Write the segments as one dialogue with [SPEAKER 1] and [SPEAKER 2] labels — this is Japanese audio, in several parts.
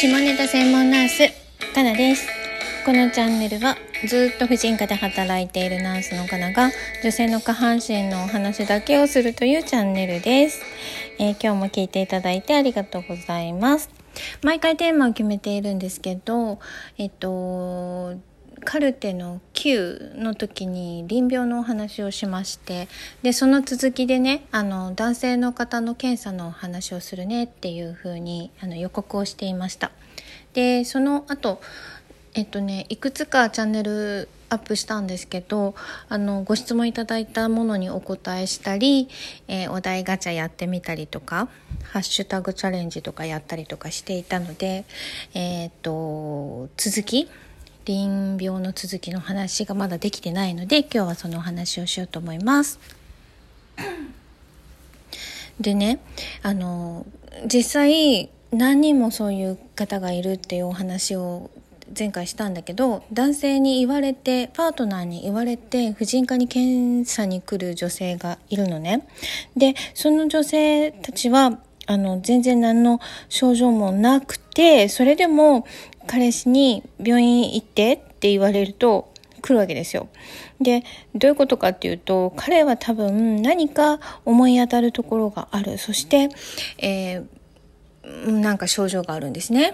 [SPEAKER 1] 下ネタ専門ナースかなです。このチャンネルはずっと婦人科で働いているナースのかなが女性の下半身のお話だけをするというチャンネルです。今日も聞いていただいてありがとうございます。毎回テーマを決めているんですけど、カルテの9の時に淋病のお話をしまして、でその続きでね、男性の方の検査のお話をするねっていう風に予告をしていました。でその後いくつかチャンネルアップしたんですけど、ご質問いただいたものにお答えしたり、お題ガチャやってみたりとか、ハッシュタグチャレンジとかやったりとかしていたので、続き淋病の続きの話がまだできてないので、今日はそのお話をしようと思います。でね、実際何人もそういう方がいるっていうお話を前回したんだけど、男性に言われて、パートナーに言われて婦人科に検査に来る女性がいるのね。でその女性たちは全然何の症状もなくて、それでも彼氏に病院行ってって言われると来るわけですよ。でどういうことかっていうと、彼は多分何か思い当たるところがある。そして、なんか症状があるんですね。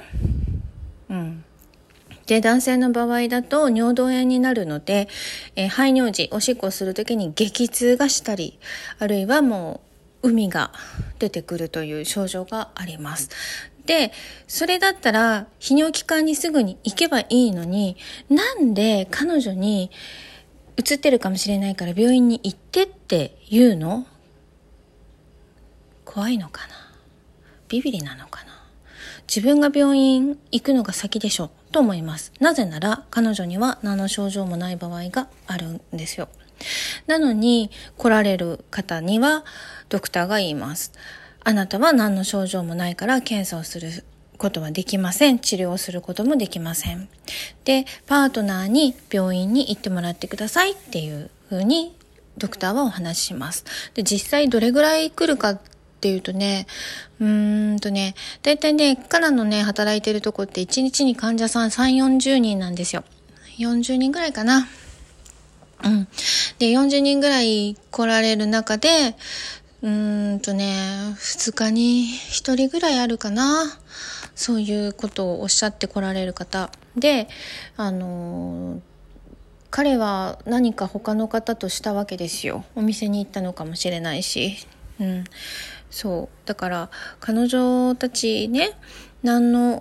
[SPEAKER 1] で男性の場合だと尿道炎になるので、排尿時おしっこをするときに激痛がしたり、あるいはもう海が出てくるという症状があります。でそれだったら泌尿器科にすぐに行けばいいのに、なんで彼女に移ってるかもしれないから病院に行ってって言うの？怖いのかな？ビビりなのかな？自分が病院行くのが先でしょと思います。なぜなら彼女には何の症状もない場合があるんですよ。なのに来られる方にはドクターが言います。あなたは何の症状もないから検査をすることはできません。治療をすることもできません。でパートナーに病院に行ってもらってくださいっていうふうにドクターはお話しします。で実際どれぐらい来るかっていうとね、だいたいね、カナのね、働いてるとこって1日に患者さん3、40人なんですよ。40人ぐらいかな。で、40人ぐらい来られる中で、2日に1人ぐらいあるかな。そういうことをおっしゃって来られる方。で、彼は何か他の方としたわけですよ。お店に行ったのかもしれないし。そうだから彼女たちね、何の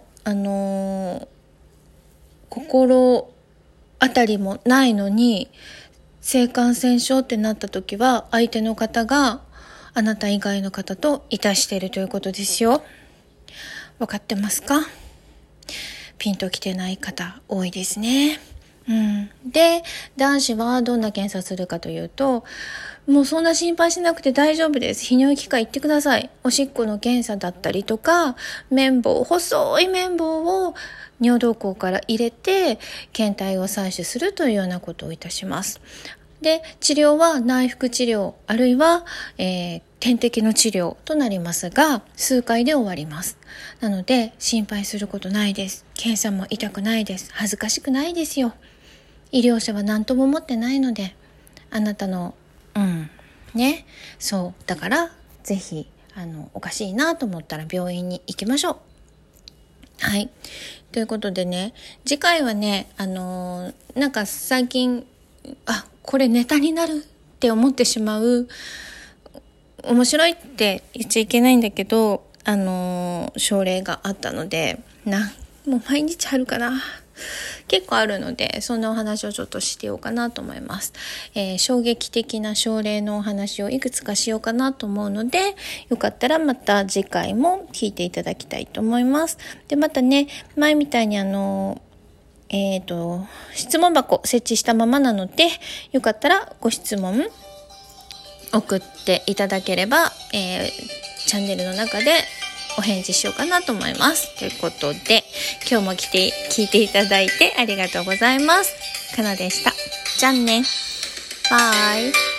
[SPEAKER 1] 心当たりもないのに性感染症ってなった時は、相手の方があなた以外の方といたしているということですよ。分かってますか？ピンときてない方多いですね。で男子はどんな検査するかというと、もうそんな心配しなくて大丈夫です。泌尿器科行ってください。おしっこの検査だったりとか、細い綿棒を尿道口から入れて検体を採取するというようなことをいたします。で治療は内服治療、あるいは、点滴の治療となりますが、数回で終わります。なので心配することないです。検査も痛くないです。恥ずかしくないですよ。医療者は何とも思ってないので、あなたのそうだからぜひおかしいなと思ったら病院に行きましょう。はい、ということでね、次回はね、なんか最近これネタになるって思ってしまう、面白いって言っちゃいけないんだけど、症例があったので、もう毎日あるかな、結構あるので、そんなお話をちょっとしてようかなと思います。衝撃的な症例のお話をいくつかしようかなと思うので、よかったらまた次回も聞いていただきたいと思います。でまたね、前みたいに質問箱設置したままなので、よかったらご質問送っていただければ、チャンネルの中でお返事しようかなと思います。ということで、今日も聞いていただいてありがとうございます。かなでした。じゃあね。バイ。